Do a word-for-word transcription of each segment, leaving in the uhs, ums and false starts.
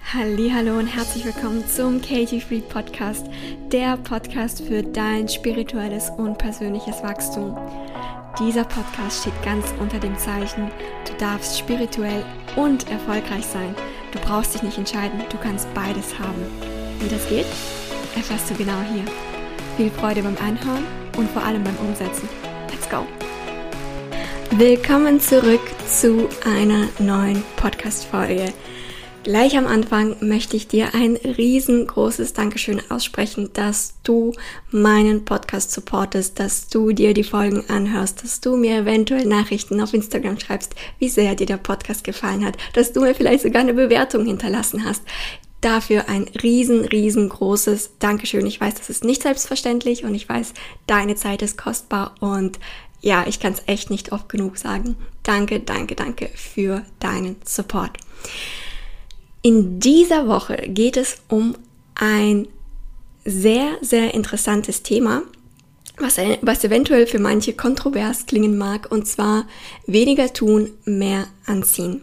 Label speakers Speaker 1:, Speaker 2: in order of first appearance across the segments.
Speaker 1: Hallihallo und herzlich willkommen zum Katie Free Podcast, der Podcast für dein spirituelles und persönliches Wachstum. Dieser Podcast steht ganz unter dem Zeichen, du darfst spirituell und erfolgreich sein. Du brauchst dich nicht entscheiden, du kannst beides haben. Wie das geht, erfährst du genau hier. Viel Freude beim Anhören und vor allem beim Umsetzen. Let's go! Willkommen zurück zu einer neuen Podcast-Folge. Gleich am Anfang möchte ich dir ein riesengroßes Dankeschön aussprechen, dass du meinen Podcast supportest, dass du dir die Folgen anhörst, dass du mir eventuell Nachrichten auf Instagram schreibst, wie sehr dir der Podcast gefallen hat, dass du mir vielleicht sogar eine Bewertung hinterlassen hast. Dafür ein riesen, riesengroßes Dankeschön. Ich weiß, das ist nicht selbstverständlich und ich weiß, deine Zeit ist kostbar und ja, ich kann es echt nicht oft genug sagen. Danke, danke, danke für deinen Support. In dieser Woche geht es um ein sehr, sehr interessantes Thema, was, was eventuell für manche kontrovers klingen mag, und zwar weniger tun, mehr anziehen.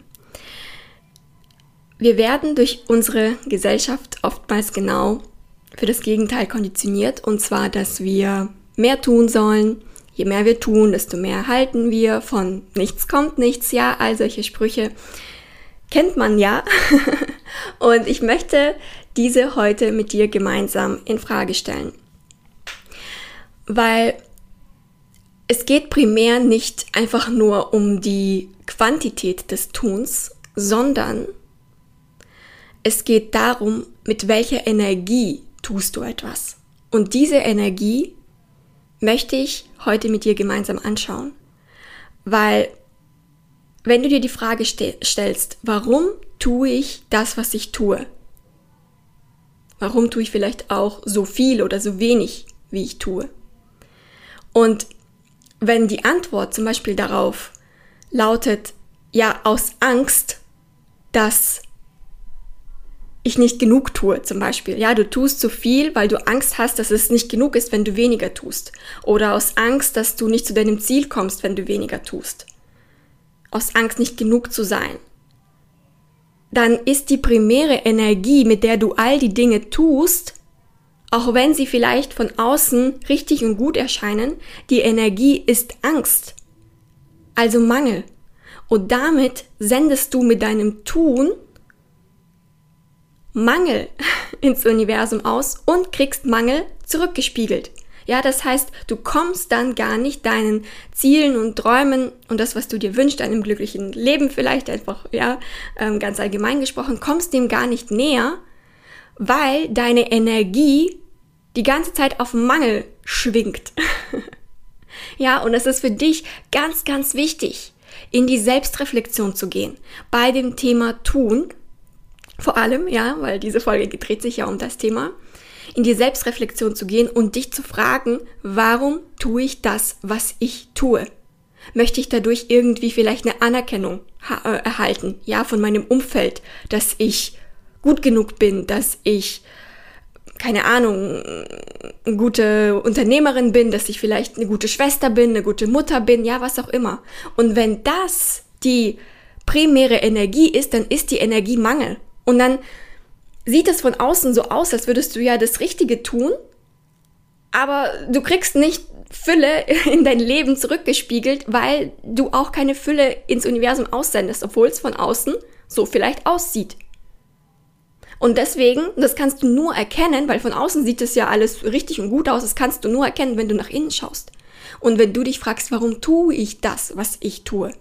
Speaker 1: Wir werden durch unsere Gesellschaft oftmals genau für das Gegenteil konditioniert, und zwar, dass wir mehr tun sollen. Je mehr wir tun, desto mehr erhalten wir. Von nichts kommt nichts, ja, all solche Sprüche kennt man ja. Und ich möchte diese heute mit dir gemeinsam in Frage stellen. Weil es geht primär nicht einfach nur um die Quantität des Tuns, sondern es geht darum, mit welcher Energie tust du etwas. Und diese Energie möchte ich heute mit dir gemeinsam anschauen. Weil wenn du dir die Frage ste- stellst, warum tue ich das, was ich tue? Warum tue ich vielleicht auch so viel oder so wenig, wie ich tue? Und wenn die Antwort zum Beispiel darauf lautet, ja, aus Angst, dass ich nicht genug tue, zum Beispiel. Ja, du tust zu viel, weil du Angst hast, dass es nicht genug ist, wenn du weniger tust. Oder aus Angst, dass du nicht zu deinem Ziel kommst, wenn du weniger tust. Aus Angst, nicht genug zu sein. Dann ist die primäre Energie, mit der du all die Dinge tust, auch wenn sie vielleicht von außen richtig und gut erscheinen, die Energie ist Angst. Also Mangel. Und damit sendest du mit deinem Tun Mangel ins Universum aus und kriegst Mangel zurückgespiegelt. Ja, das heißt, du kommst dann gar nicht deinen Zielen und Träumen und das, was du dir wünschst, einem glücklichen Leben vielleicht einfach, ja, ähm, ganz allgemein gesprochen, kommst dem gar nicht näher, weil deine Energie die ganze Zeit auf Mangel schwingt. Ja, und es ist für dich ganz, ganz wichtig, in die Selbstreflexion zu gehen, bei dem Thema Tun, vor allem, ja, weil diese Folge dreht sich ja um das Thema, in die Selbstreflexion zu gehen und dich zu fragen, warum tue ich das, was ich tue? Möchte ich dadurch irgendwie vielleicht eine Anerkennung ha- äh, erhalten, ja, von meinem Umfeld, dass ich gut genug bin, dass ich, keine Ahnung, eine gute Unternehmerin bin, dass ich vielleicht eine gute Schwester bin, eine gute Mutter bin, ja, was auch immer. Und wenn das die primäre Energie ist, dann ist die Energie Mangel. Und dann sieht es von außen so aus, als würdest du ja das Richtige tun, aber du kriegst nicht Fülle in dein Leben zurückgespiegelt, weil du auch keine Fülle ins Universum aussendest, obwohl es von außen so vielleicht aussieht. Und deswegen, das kannst du nur erkennen, weil von außen sieht es ja alles richtig und gut aus, das kannst du nur erkennen, wenn du nach innen schaust. Und wenn du dich fragst, warum tue ich das, was ich tue?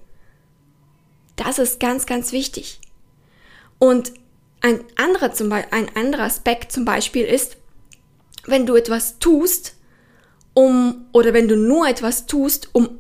Speaker 1: Das ist ganz, ganz wichtig. Und Ein anderer, zum Beispiel, ein anderer Aspekt zum Beispiel ist, wenn du etwas tust, um, oder wenn du nur etwas tust, um,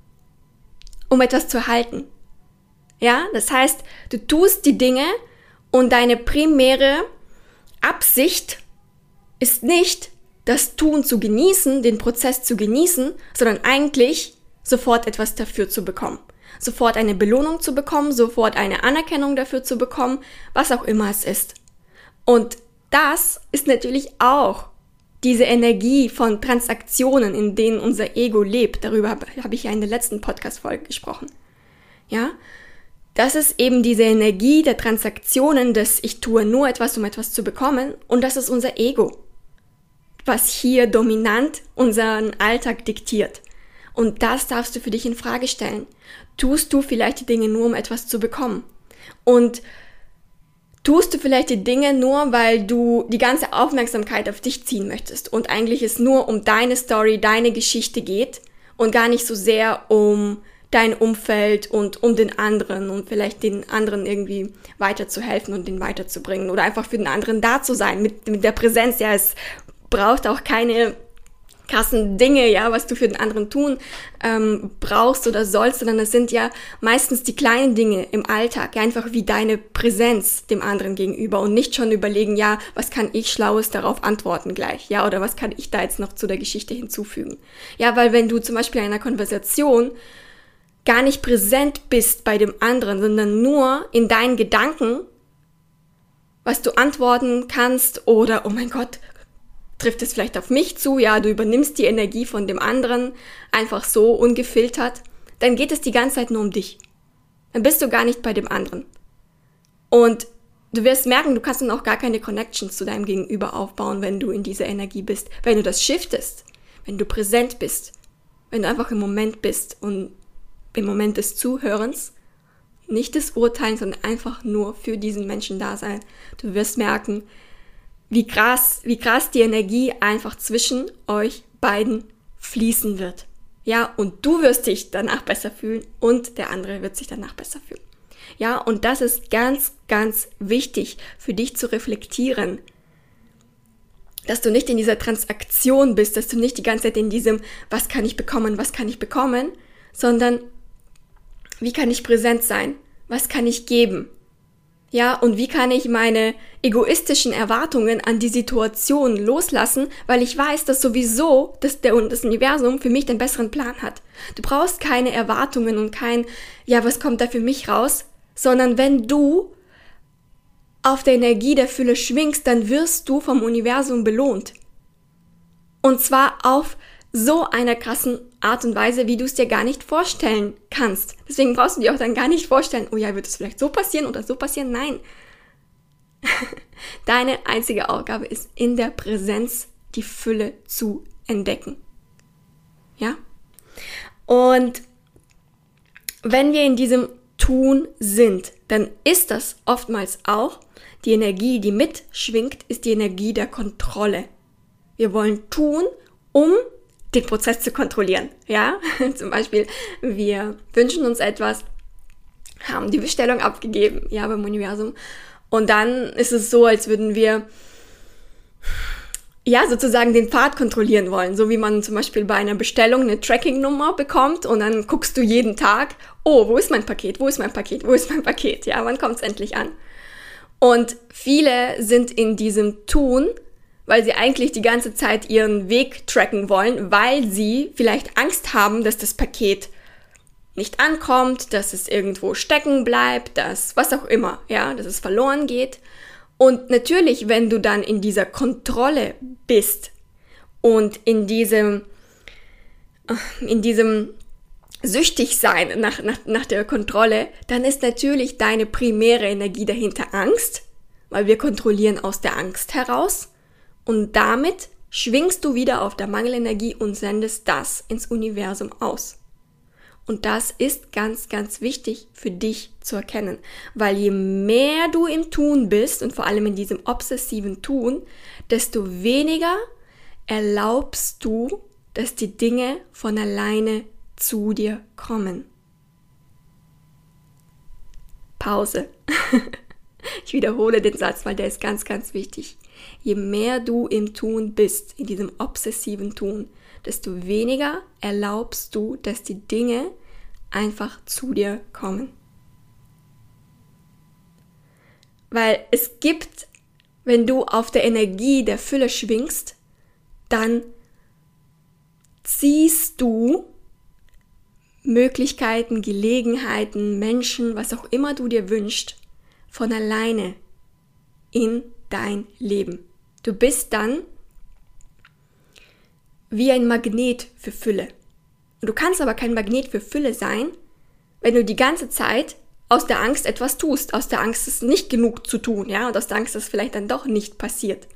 Speaker 1: um etwas zu erhalten. Ja, das heißt, du tust die Dinge und deine primäre Absicht ist nicht, das Tun zu genießen, den Prozess zu genießen, sondern eigentlich sofort etwas dafür zu bekommen. Sofort eine Belohnung zu bekommen, sofort eine Anerkennung dafür zu bekommen, was auch immer es ist. Und das ist natürlich auch diese Energie von Transaktionen, in denen unser Ego lebt. Darüber habe ich ja in der letzten Podcast-Folge gesprochen. Ja? Das ist eben diese Energie der Transaktionen, dass ich tue nur etwas, um etwas zu bekommen, und das ist unser Ego, was hier dominant unseren Alltag diktiert. Und das darfst du für dich in Frage stellen. Tust du vielleicht die Dinge nur, um etwas zu bekommen? Und tust du vielleicht die Dinge nur, weil du die ganze Aufmerksamkeit auf dich ziehen möchtest und eigentlich es nur um deine Story, deine Geschichte geht und gar nicht so sehr um dein Umfeld und um den anderen und vielleicht den anderen irgendwie weiterzuhelfen und den weiterzubringen oder einfach für den anderen da zu sein mit, mit der Präsenz. Ja, es braucht auch keine krassen Dinge, ja, was du für den anderen tun ähm, brauchst oder sollst, sondern es sind ja meistens die kleinen Dinge im Alltag, ja, einfach wie deine Präsenz dem anderen gegenüber und nicht schon überlegen, ja, was kann ich Schlaues darauf antworten gleich, ja, oder was kann ich da jetzt noch zu der Geschichte hinzufügen. Ja, weil wenn du zum Beispiel in einer Konversation gar nicht präsent bist bei dem anderen, sondern nur in deinen Gedanken, was du antworten kannst oder, oh mein Gott, trifft es vielleicht auf mich zu, ja, du übernimmst die Energie von dem anderen, einfach so, ungefiltert, dann geht es die ganze Zeit nur um dich. Dann bist du gar nicht bei dem anderen. Und du wirst merken, du kannst dann auch gar keine Connections zu deinem Gegenüber aufbauen, wenn du in dieser Energie bist. Wenn du das shiftest, wenn du präsent bist, wenn du einfach im Moment bist und im Moment des Zuhörens, nicht des Urteilens, sondern einfach nur für diesen Menschen da sein. Du wirst merken, wie krass, wie krass die Energie einfach zwischen euch beiden fließen wird. Ja, und du wirst dich danach besser fühlen und der andere wird sich danach besser fühlen. Ja, und das ist ganz, ganz wichtig für dich zu reflektieren, dass du nicht in dieser Transaktion bist, dass du nicht die ganze Zeit in diesem, was kann ich bekommen, was kann ich bekommen, sondern wie kann ich präsent sein, was kann ich geben. Ja, und wie kann ich meine egoistischen Erwartungen an die Situation loslassen, weil ich weiß, dass sowieso dass der, das Universum für mich den besseren Plan hat. Du brauchst keine Erwartungen und kein, ja, was kommt da für mich raus, sondern wenn du auf der Energie der Fülle schwingst, dann wirst du vom Universum belohnt. Und zwar auf so einer krassen Art und Weise, wie du es dir gar nicht vorstellen kannst. Deswegen brauchst du dir auch dann gar nicht vorstellen, oh ja, wird es vielleicht so passieren oder so passieren? Nein. Deine einzige Aufgabe ist, in der Präsenz die Fülle zu entdecken. Ja? Und wenn wir in diesem Tun sind, dann ist das oftmals auch die Energie, die mitschwingt, ist die Energie der Kontrolle. Wir wollen tun, um den Prozess zu kontrollieren. Ja, zum Beispiel, wir wünschen uns etwas, haben die Bestellung abgegeben, ja, beim Universum. Und dann ist es so, als würden wir, ja, sozusagen den Pfad kontrollieren wollen. So wie man zum Beispiel bei einer Bestellung eine Tracking-Nummer bekommt und dann guckst du jeden Tag, oh, wo ist mein Paket, wo ist mein Paket, wo ist mein Paket? Ja, wann kommt es endlich an? Und viele sind in diesem Tun, weil sie eigentlich die ganze Zeit ihren Weg tracken wollen, weil sie vielleicht Angst haben, dass das Paket nicht ankommt, dass es irgendwo stecken bleibt, dass was auch immer, ja, dass es verloren geht. Und natürlich, wenn du dann in dieser Kontrolle bist und in diesem, in diesem Süchtigsein nach, nach, nach der Kontrolle, dann ist natürlich deine primäre Energie dahinter Angst, weil wir kontrollieren aus der Angst heraus. Und damit schwingst du wieder auf der Mangelenergie und sendest das ins Universum aus. Und das ist ganz, ganz wichtig für dich zu erkennen, weil je mehr du im Tun bist und vor allem in diesem obsessiven Tun, desto weniger erlaubst du, dass die Dinge von alleine zu dir kommen. Pause. Ich wiederhole den Satz, weil der ist ganz, ganz wichtig. Je mehr du im Tun bist, in diesem obsessiven Tun, desto weniger erlaubst du, dass die Dinge einfach zu dir kommen. Weil es gibt, wenn du auf der Energie der Fülle schwingst, dann ziehst du Möglichkeiten, Gelegenheiten, Menschen, was auch immer du dir wünschst, von alleine in dein Leben. Du bist dann wie ein Magnet für Fülle. Und du kannst aber kein Magnet für Fülle sein, wenn du die ganze Zeit aus der Angst etwas tust, aus der Angst, es nicht genug zu tun, ja, und aus der Angst, dass es vielleicht dann doch nicht passiert.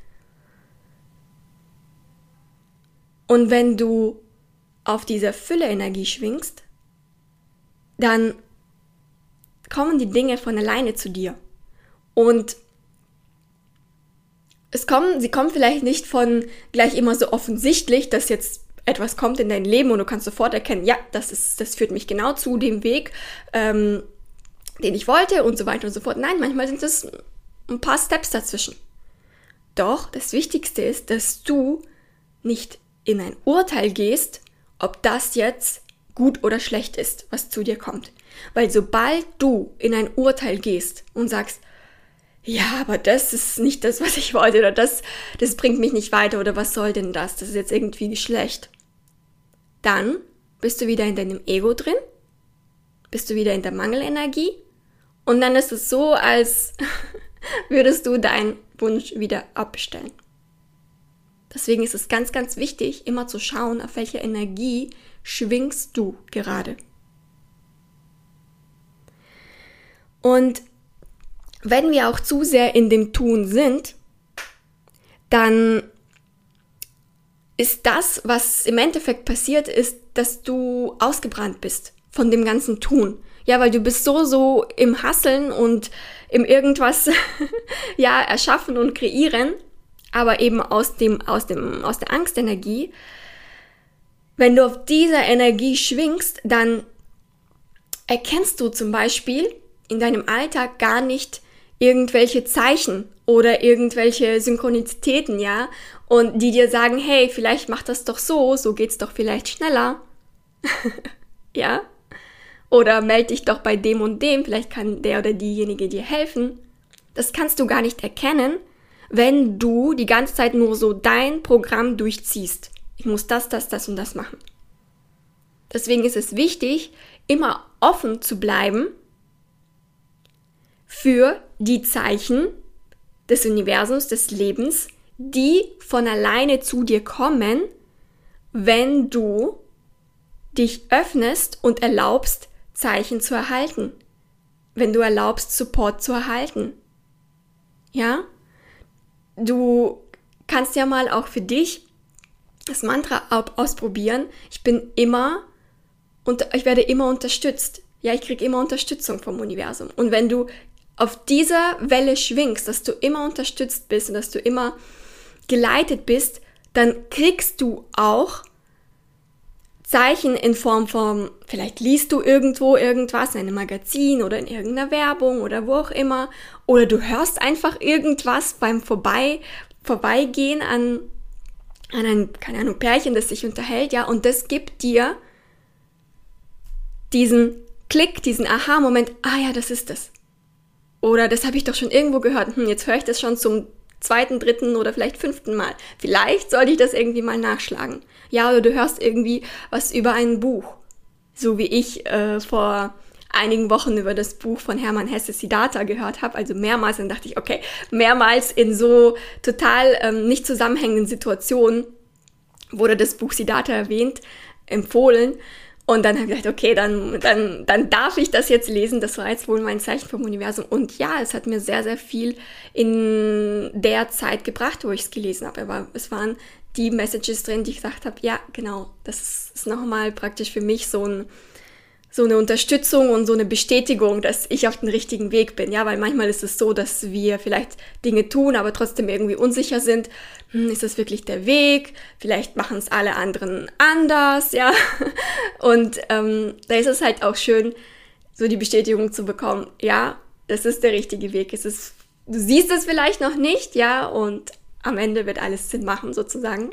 Speaker 1: Und wenn du auf dieser Fülle-Energie schwingst, dann kommen die Dinge von alleine zu dir. Und es kommen, sie kommen vielleicht nicht von gleich immer so offensichtlich, dass jetzt etwas kommt in dein Leben und du kannst sofort erkennen, ja, das ist, das führt mich genau zu dem Weg, ähm, den ich wollte und so weiter und so fort. Nein, manchmal sind es ein paar Steps dazwischen. Doch das Wichtigste ist, dass du nicht in ein Urteil gehst, ob das jetzt gut oder schlecht ist, was zu dir kommt. Weil sobald du in ein Urteil gehst und sagst, ja, aber das ist nicht das, was ich wollte, oder das, das bringt mich nicht weiter, oder was soll denn das, das ist jetzt irgendwie schlecht, dann bist du wieder in deinem Ego drin, bist du wieder in der Mangelenergie und dann ist es so, als würdest du deinen Wunsch wieder abbestellen. Deswegen ist es ganz, ganz wichtig, immer zu schauen, auf welcher Energie schwingst du gerade. Und wenn wir auch zu sehr in dem Tun sind, dann ist das, was im Endeffekt passiert, ist, dass du ausgebrannt bist von dem ganzen Tun. Ja, weil du bist so, so im Hasseln und im irgendwas ja, erschaffen und kreieren, aber eben aus dem, aus dem, aus der Angstenergie. Wenn du auf dieser Energie schwingst, dann erkennst du zum Beispiel in deinem Alltag gar nicht irgendwelche Zeichen oder irgendwelche Synchronizitäten, ja, und die dir sagen, hey, vielleicht mach das doch so, so geht's doch vielleicht schneller, ja, oder melde dich doch bei dem und dem, vielleicht kann der oder diejenige dir helfen. Das kannst du gar nicht erkennen, wenn du die ganze Zeit nur so dein Programm durchziehst. Ich muss das, das, das und das machen. Deswegen ist es wichtig, immer offen zu bleiben für die Zeichen des Universums, des Lebens, die von alleine zu dir kommen, wenn du dich öffnest und erlaubst, Zeichen zu erhalten. Wenn du erlaubst, Support zu erhalten. Ja? Du kannst ja mal auch für dich das Mantra ausprobieren. Ich bin immer und ich werde immer unterstützt. Ja, ich kriege immer Unterstützung vom Universum. Und wenn du auf dieser Welle schwingst, dass du immer unterstützt bist und dass du immer geleitet bist, dann kriegst du auch Zeichen in Form von, vielleicht liest du irgendwo irgendwas in einem Magazin oder in irgendeiner Werbung oder wo auch immer, oder du hörst einfach irgendwas beim Vorbei, Vorbeigehen an, an ein, keine Ahnung, Pärchen, das sich unterhält, ja, und das gibt dir diesen Klick, diesen Aha-Moment, ah ja, das ist es. Oder das habe ich doch schon irgendwo gehört, hm, jetzt höre ich das schon zum zweiten, dritten oder vielleicht fünften Mal. Vielleicht sollte ich das irgendwie mal nachschlagen. Ja, oder du hörst irgendwie was über ein Buch. So wie ich äh, vor einigen Wochen über das Buch von Hermann Hesse Siddhartha gehört habe. Also mehrmals, dann dachte ich, okay, mehrmals in so total ähm, nicht zusammenhängenden Situationen wurde das Buch Siddhartha erwähnt, empfohlen. Und dann habe ich gedacht, okay, dann, dann, dann darf ich das jetzt lesen. Das war jetzt wohl mein Zeichen vom Universum. Und ja, es hat mir sehr, sehr viel in der Zeit gebracht, wo ich es gelesen habe. Aber es waren die Messages drin, die ich gesagt habe, ja, genau, das ist nochmal praktisch für mich so, ein, so eine Unterstützung und so eine Bestätigung, dass ich auf dem richtigen Weg bin. Ja, weil manchmal ist es so, dass wir vielleicht Dinge tun, aber trotzdem irgendwie unsicher sind. Hm, ist das wirklich der Weg? Vielleicht machen es alle anderen anders, ja. Und ähm, da ist es halt auch schön, so die Bestätigung zu bekommen, ja, das ist der richtige Weg. Es ist, du siehst es vielleicht noch nicht, ja, und am Ende wird alles Sinn machen, sozusagen.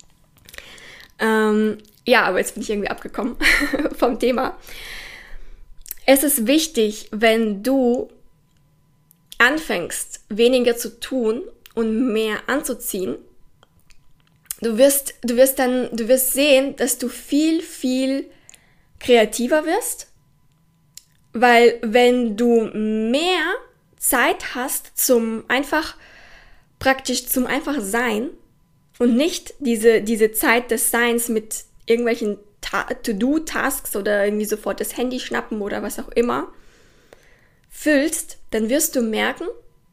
Speaker 1: Ähm, ja, aber jetzt bin ich irgendwie abgekommen vom Thema. Es ist wichtig, wenn du anfängst, weniger zu tun und mehr anzuziehen, du wirst, du wirst dann, du wirst sehen, dass du viel, viel kreativer wirst, weil wenn du mehr Zeit hast zum einfach, praktisch zum einfach Sein und nicht diese, diese Zeit des Seins mit irgendwelchen Ta- To-Do-Tasks oder irgendwie sofort das Handy schnappen oder was auch immer, füllst, dann wirst du merken,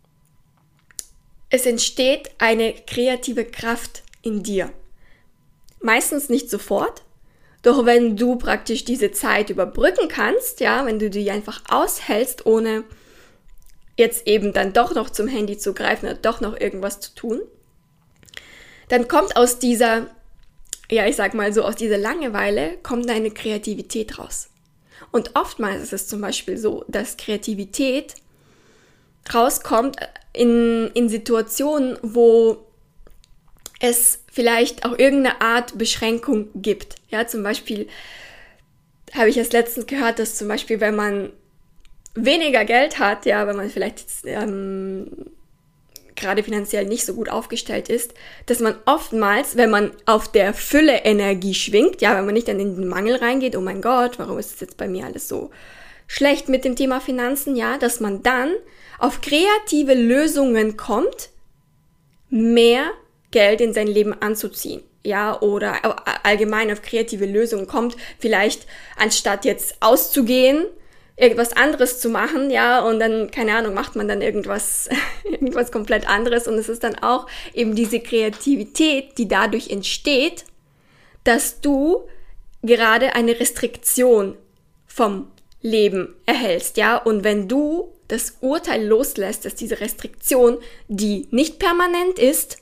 Speaker 1: es entsteht eine kreative Kraft in dir. Meistens nicht sofort, doch wenn du praktisch diese Zeit überbrücken kannst, ja, wenn du die einfach aushältst, ohne jetzt eben dann doch noch zum Handy zu greifen oder doch noch irgendwas zu tun, dann kommt aus dieser, ja, ich sag mal so, aus dieser Langeweile kommt eine Kreativität raus. Und oftmals ist es zum Beispiel so, dass Kreativität rauskommt in, in Situationen, wo es vielleicht auch irgendeine Art Beschränkung gibt. Ja, zum Beispiel habe ich erst letztens gehört, dass zum Beispiel, wenn man weniger Geld hat, ja, wenn man vielleicht jetzt, ähm, gerade finanziell nicht so gut aufgestellt ist, dass man oftmals, wenn man auf der Fülle-Energie schwingt, ja, wenn man nicht dann in den Mangel reingeht, oh mein Gott, warum ist es jetzt bei mir alles so schlecht mit dem Thema Finanzen, ja, dass man dann auf kreative Lösungen kommt, mehr Geld in sein Leben anzuziehen, ja, oder allgemein auf kreative Lösungen kommt, vielleicht anstatt jetzt auszugehen, irgendwas anderes zu machen, ja, und dann, keine Ahnung, macht man dann irgendwas, irgendwas komplett anderes und es ist dann auch eben diese Kreativität, die dadurch entsteht, dass du gerade eine Restriktion vom Leben erhältst, ja, und wenn du das Urteil loslässt, dass diese Restriktion, die nicht permanent ist,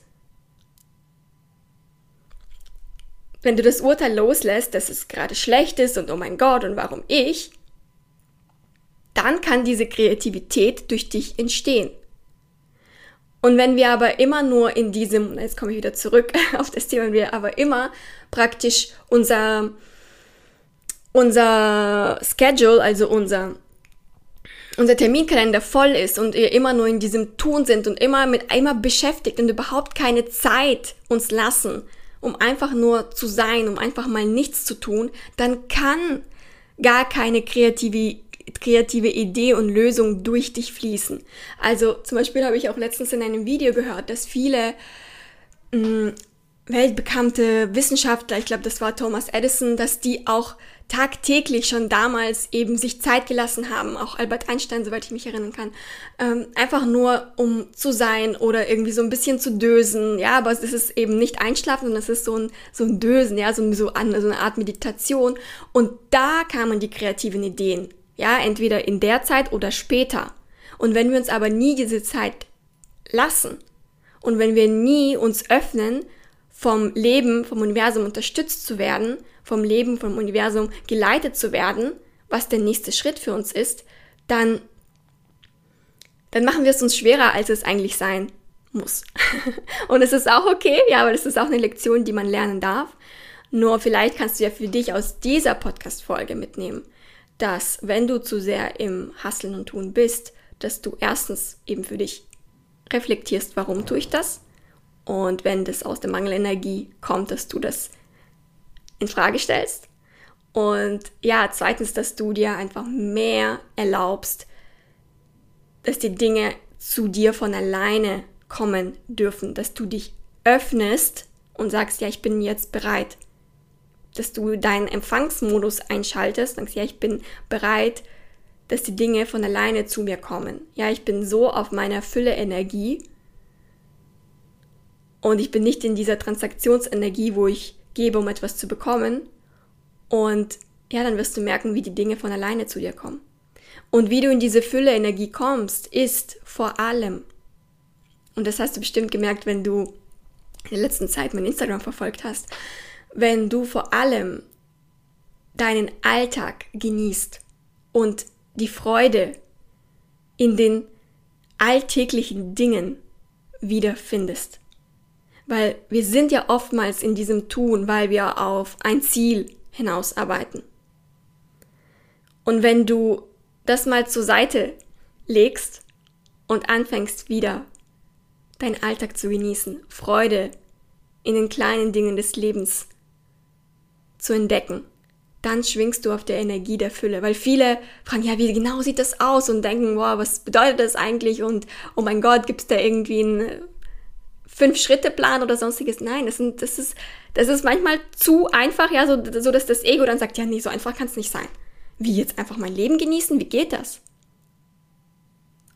Speaker 1: wenn du das Urteil loslässt, dass es gerade schlecht ist und oh mein Gott und warum ich, dann kann diese Kreativität durch dich entstehen. Und wenn wir aber immer nur in diesem, jetzt komme ich wieder zurück auf das Thema, wenn wir aber immer praktisch unser, unser Schedule, also unser, unser Terminkalender voll ist und wir immer nur in diesem Tun sind und immer mit immer beschäftigt und überhaupt keine Zeit uns lassen, um einfach nur zu sein, um einfach mal nichts zu tun, dann kann gar keine kreative kreative Idee und Lösung durch dich fließen. Also zum Beispiel habe ich auch letztens in einem Video gehört, dass viele mh, weltbekannte Wissenschaftler, ich glaube, das war Thomas Edison, dass die auch tagtäglich schon damals eben sich Zeit gelassen haben, auch Albert Einstein, soweit ich mich erinnern kann, ähm, einfach nur um zu sein oder irgendwie so ein bisschen zu dösen, ja, aber es ist eben nicht Einschlafen, sondern es ist so ein, so ein Dösen, ja, so, so, an, so eine Art Meditation und da kamen die kreativen Ideen. Ja, entweder in der Zeit oder später. Und wenn wir uns aber nie diese Zeit lassen und wenn wir nie uns öffnen, vom Leben, vom Universum unterstützt zu werden, vom Leben, vom Universum geleitet zu werden, was der nächste Schritt für uns ist, dann, dann machen wir es uns schwerer, als es eigentlich sein muss. Und es ist auch okay, ja, aber das ist auch eine Lektion, die man lernen darf. Nur vielleicht kannst du ja für dich aus dieser Podcast-Folge mitnehmen, dass wenn du zu sehr im Hasseln und Tun bist, dass du erstens eben für dich reflektierst, warum tue ich das? Und wenn das aus der Mangelenergie kommt, dass du das in Frage stellst. Und ja, zweitens, dass du dir einfach mehr erlaubst, dass die Dinge zu dir von alleine kommen dürfen, dass du dich öffnest und sagst, ja, ich bin jetzt bereit. Dass du deinen Empfangsmodus einschaltest, sagst, ja, ich bin bereit, dass die Dinge von alleine zu mir kommen. Ja, ich bin so auf meiner Fülle-Energie und ich bin nicht in dieser Transaktionsenergie, wo ich gebe, um etwas zu bekommen. Und ja, dann wirst du merken, wie die Dinge von alleine zu dir kommen. Und wie du in diese Fülle-Energie kommst, ist vor allem, und das hast du bestimmt gemerkt, wenn du in der letzten Zeit mein Instagram verfolgt hast, wenn du vor allem deinen Alltag genießt und die Freude in den alltäglichen Dingen wiederfindest. Weil wir sind ja oftmals in diesem Tun, weil wir auf ein Ziel hinausarbeiten. Und wenn du das mal zur Seite legst und anfängst wieder deinen Alltag zu genießen, Freude in den kleinen Dingen des Lebens zu entdecken, dann schwingst du auf der Energie der Fülle. Weil viele fragen, ja, wie genau sieht das aus? Und denken, wow, was bedeutet das eigentlich? Und oh mein Gott, gibt es da irgendwie einen Fünf-Schritte-Plan oder sonstiges? Nein, das, sind, das, ist, das ist manchmal zu einfach, ja, so, so dass das Ego dann sagt, ja, nee, so einfach kann es nicht sein. Wie jetzt einfach mein Leben genießen? Wie geht das?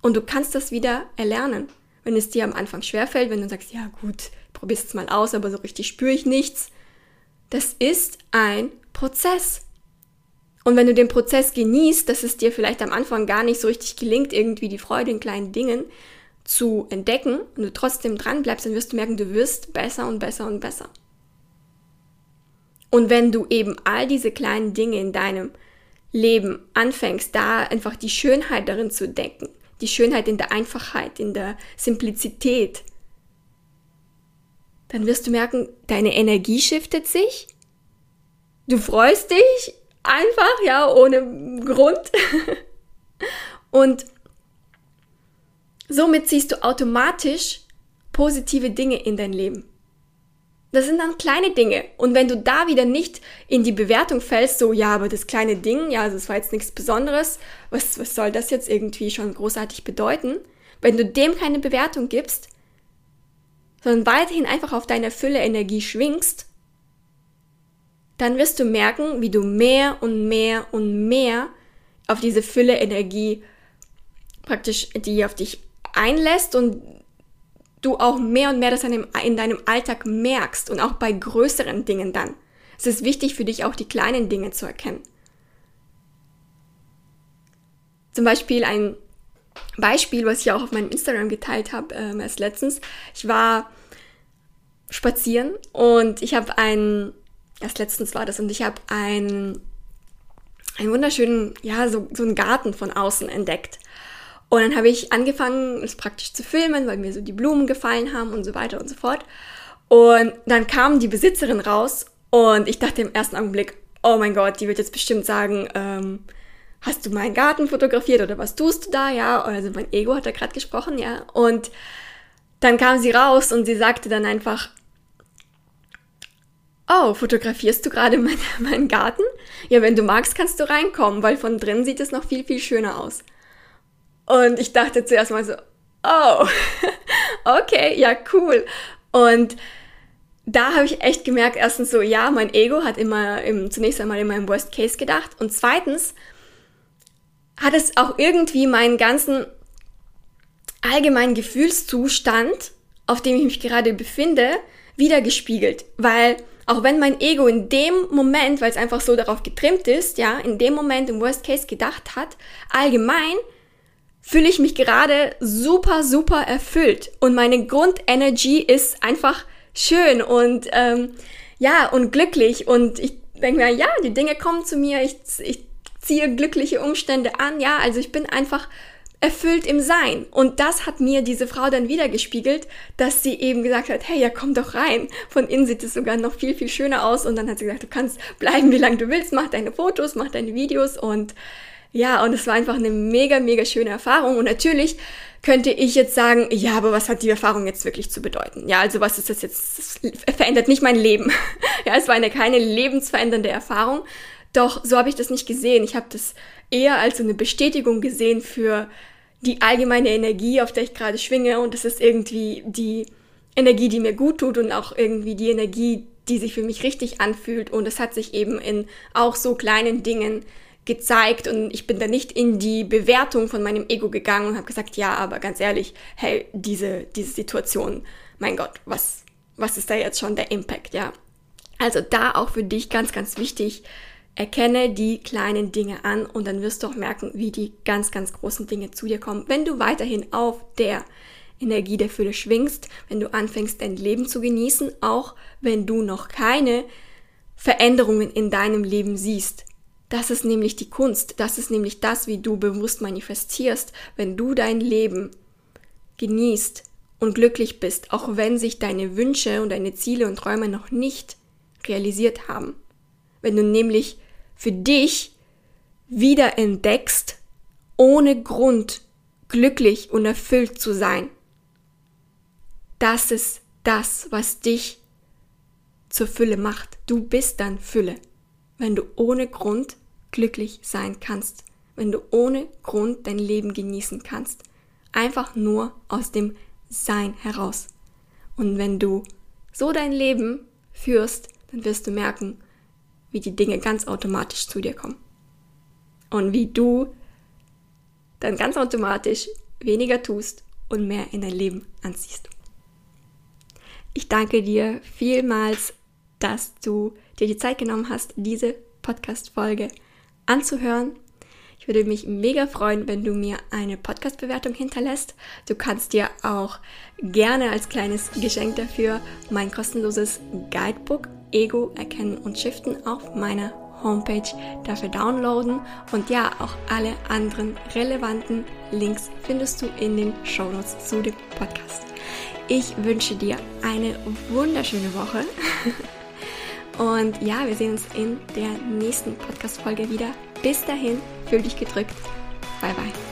Speaker 1: Und du kannst das wieder erlernen. Wenn es dir am Anfang schwerfällt, wenn du sagst, ja gut, probier's es mal aus, aber so richtig spüre ich nichts. Das ist ein Prozess. Und wenn du den Prozess genießt, dass es dir vielleicht am Anfang gar nicht so richtig gelingt, irgendwie die Freude in kleinen Dingen zu entdecken und du trotzdem dran bleibst, dann wirst du merken, du wirst besser und besser und besser. Und wenn du eben all diese kleinen Dinge in deinem Leben anfängst, da einfach die Schönheit darin zu entdecken, die Schönheit in der Einfachheit, in der Simplizität, dann wirst du merken, deine Energie shiftet sich, du freust dich einfach, ja, ohne Grund und somit ziehst du automatisch positive Dinge in dein Leben. Das sind dann kleine Dinge. Und wenn du da wieder nicht in die Bewertung fällst, so, ja, aber das kleine Ding, ja, das war jetzt nichts Besonderes, was, was soll das jetzt irgendwie schon großartig bedeuten? Wenn du dem keine Bewertung gibst, sondern weiterhin einfach auf deiner Fülle-Energie schwingst, dann wirst du merken, wie du mehr und mehr und mehr auf diese Fülle-Energie praktisch, die auf dich einlässt und du auch mehr und mehr das in deinem Alltag merkst und auch bei größeren Dingen dann. Es ist wichtig für dich auch die kleinen Dinge zu erkennen. Zum Beispiel ein Beispiel, was ich auch auf meinem Instagram geteilt habe, äh, erst letztens. Ich war spazieren und ich habe einen, erst letztens war das, und ich habe einen, einen wunderschönen, ja, so, so einen Garten von außen entdeckt. Und dann habe ich angefangen, es praktisch zu filmen, weil mir so die Blumen gefallen haben und so weiter und so fort. Und dann kam die Besitzerin raus und ich dachte im ersten Augenblick, oh mein Gott, die wird jetzt bestimmt sagen, ähm, hast du meinen Garten fotografiert oder was tust du da? Ja, also mein Ego hat da gerade gesprochen, ja. Und dann kam sie raus und sie sagte dann einfach, oh, fotografierst du gerade mein, meinen Garten? Ja, wenn du magst, kannst du reinkommen, weil von drin sieht es noch viel, viel schöner aus. Und ich dachte zuerst mal so, oh, okay, ja, cool. Und da habe ich echt gemerkt, erstens so, ja, mein Ego hat immer im, zunächst einmal in meinem Worst Case gedacht. Und zweitens hat es auch irgendwie meinen ganzen allgemeinen Gefühlszustand, auf dem ich mich gerade befinde, wiedergespiegelt. Weil auch wenn mein Ego in dem Moment, weil es einfach so darauf getrimmt ist, ja, in dem Moment im Worst Case gedacht hat, allgemein fühle ich mich gerade super, super erfüllt. Und meine Grundenergie ist einfach schön und ähm, ja, und glücklich. Und ich denke mir, ja, die Dinge kommen zu mir, ich, ich ziehe glückliche Umstände an. Ja, also ich bin einfach erfüllt im Sein. Und das hat mir diese Frau dann wieder gespiegelt, dass sie eben gesagt hat, hey, ja, komm doch rein. Von innen sieht es sogar noch viel, viel schöner aus. Und dann hat sie gesagt, du kannst bleiben, wie lange du willst, mach deine Fotos, mach deine Videos. Und ja, und es war einfach eine mega, mega schöne Erfahrung. Und natürlich könnte ich jetzt sagen, ja, aber was hat die Erfahrung jetzt wirklich zu bedeuten? Ja, also was ist das jetzt? Das verändert nicht mein Leben. Ja, es war eine keine lebensverändernde Erfahrung. Doch so habe ich das nicht gesehen. Ich habe das eher als so eine Bestätigung gesehen für die allgemeine Energie, auf der ich gerade schwinge. Und das ist irgendwie die Energie, die mir gut tut und auch irgendwie die Energie, die sich für mich richtig anfühlt. Und es hat sich eben in auch so kleinen Dingen gezeigt und ich bin da nicht in die Bewertung von meinem Ego gegangen und habe gesagt, ja, aber ganz ehrlich, hey, diese diese Situation, mein Gott, was was ist da jetzt schon der Impact, ja? Also da auch für dich ganz, ganz wichtig, erkenne die kleinen Dinge an und dann wirst du auch merken, wie die ganz, ganz großen Dinge zu dir kommen, wenn du weiterhin auf der Energie der Fülle schwingst, wenn du anfängst, dein Leben zu genießen, auch wenn du noch keine Veränderungen in deinem Leben siehst. Das ist nämlich die Kunst, das ist nämlich das, wie du bewusst manifestierst, wenn du dein Leben genießt und glücklich bist, auch wenn sich deine Wünsche und deine Ziele und Träume noch nicht realisiert haben. Wenn du nämlich für dich wieder entdeckst, ohne Grund glücklich und erfüllt zu sein. Das ist das, was dich zur Fülle macht. Du bist dann Fülle. Wenn du ohne Grund glücklich sein kannst, wenn du ohne Grund dein Leben genießen kannst, einfach nur aus dem Sein heraus. Und wenn du so dein Leben führst, dann wirst du merken, wie die Dinge ganz automatisch zu dir kommen. Und wie du dann ganz automatisch weniger tust und mehr in dein Leben anziehst. Ich danke dir vielmals, dass du dir die Zeit genommen hast, diese Podcast-Folge anzuhören. Ich würde mich mega freuen, wenn du mir eine Podcast-Bewertung hinterlässt. Du kannst dir auch gerne als kleines Geschenk dafür mein kostenloses Guidebook Ego erkennen und shiften auf meiner Homepage dafür downloaden. Und ja, auch alle anderen relevanten Links findest du in den Shownotes zu dem Podcast. Ich wünsche dir eine wunderschöne Woche. Und ja, wir sehen uns in der nächsten Podcast-Folge wieder. Bis dahin, fühl dich gedrückt. Bye, bye.